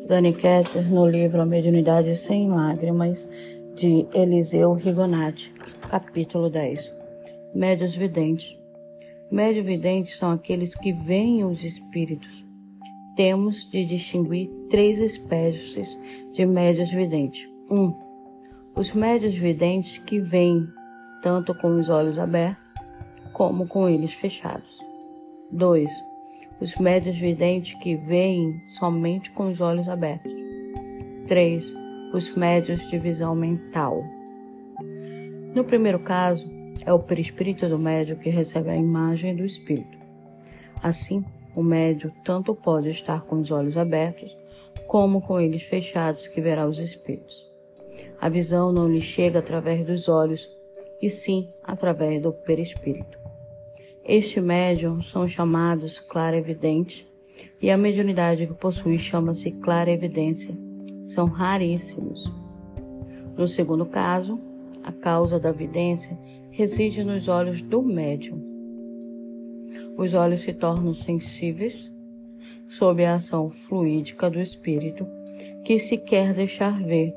Dani Ketter, no livro A Mediunidade Sem Lágrimas, de Eliseu Rigonati, capítulo 10. Médiuns videntes. Médiuns videntes são aqueles que veem os espíritos. Temos de distinguir 3 espécies de médiuns videntes. 1. Os médiuns videntes que veem tanto com os olhos abertos como com eles fechados. 2. Os médiuns videntes que veem somente com os olhos abertos. 3. Os médiuns de visão mental. No primeiro caso, é o perispírito do médium que recebe a imagem do espírito. Assim, o médium tanto pode estar com os olhos abertos, como com eles fechados que verá os espíritos. A visão não lhe chega através dos olhos, e sim através do perispírito. Este médium são chamados clarevidentes, e a mediunidade que possui chama-se clarevidência. São raríssimos. No segundo caso, a causa da vidência reside nos olhos do médium. Os olhos se tornam sensíveis sob a ação fluídica do espírito que se quer deixar ver.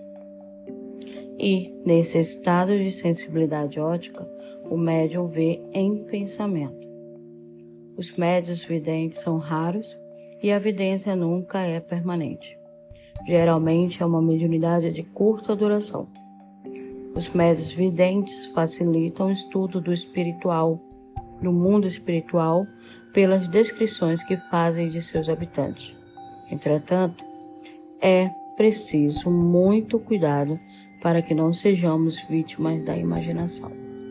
E, nesse estado de sensibilidade óptica, o médium vê em pensamento. Os médiuns videntes são raros e a vidência nunca é permanente. Geralmente é uma mediunidade de curta duração. Os médiuns videntes facilitam o estudo do espiritual, do mundo espiritual, pelas descrições que fazem de seus habitantes. Entretanto, é preciso muito cuidado para que não sejamos vítimas da imaginação.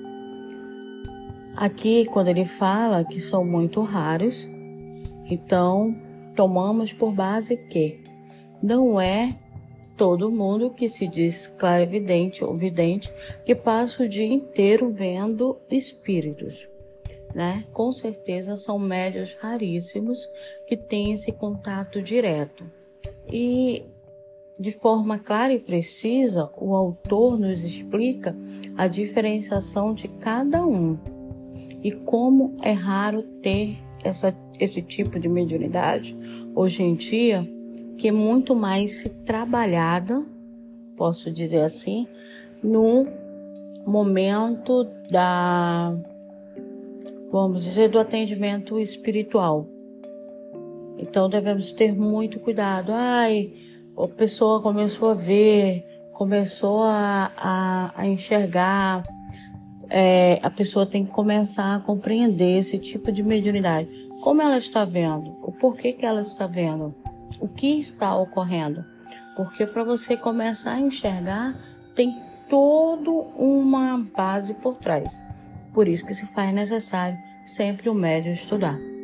Aqui, quando ele fala que são muito raros, então tomamos por base que não é todo mundo que se diz clarividente ou vidente que passa o dia inteiro vendo espíritos, né? Com certeza são médiuns raríssimos que têm esse contato direto. E de forma clara e precisa, o autor nos explica a diferenciação de cada um e como é raro ter esse tipo de mediunidade hoje em dia, que é muito mais se trabalhada, posso dizer assim, no momento do atendimento espiritual. Então devemos ter muito cuidado. A pessoa começou a ver, começou a enxergar. A pessoa tem que começar a compreender esse tipo de mediunidade. Como ela está vendo? O porquê que ela está vendo? O que está ocorrendo? Porque para você começar a enxergar, tem toda uma base por trás. Por isso que se faz necessário sempre o médium estudar.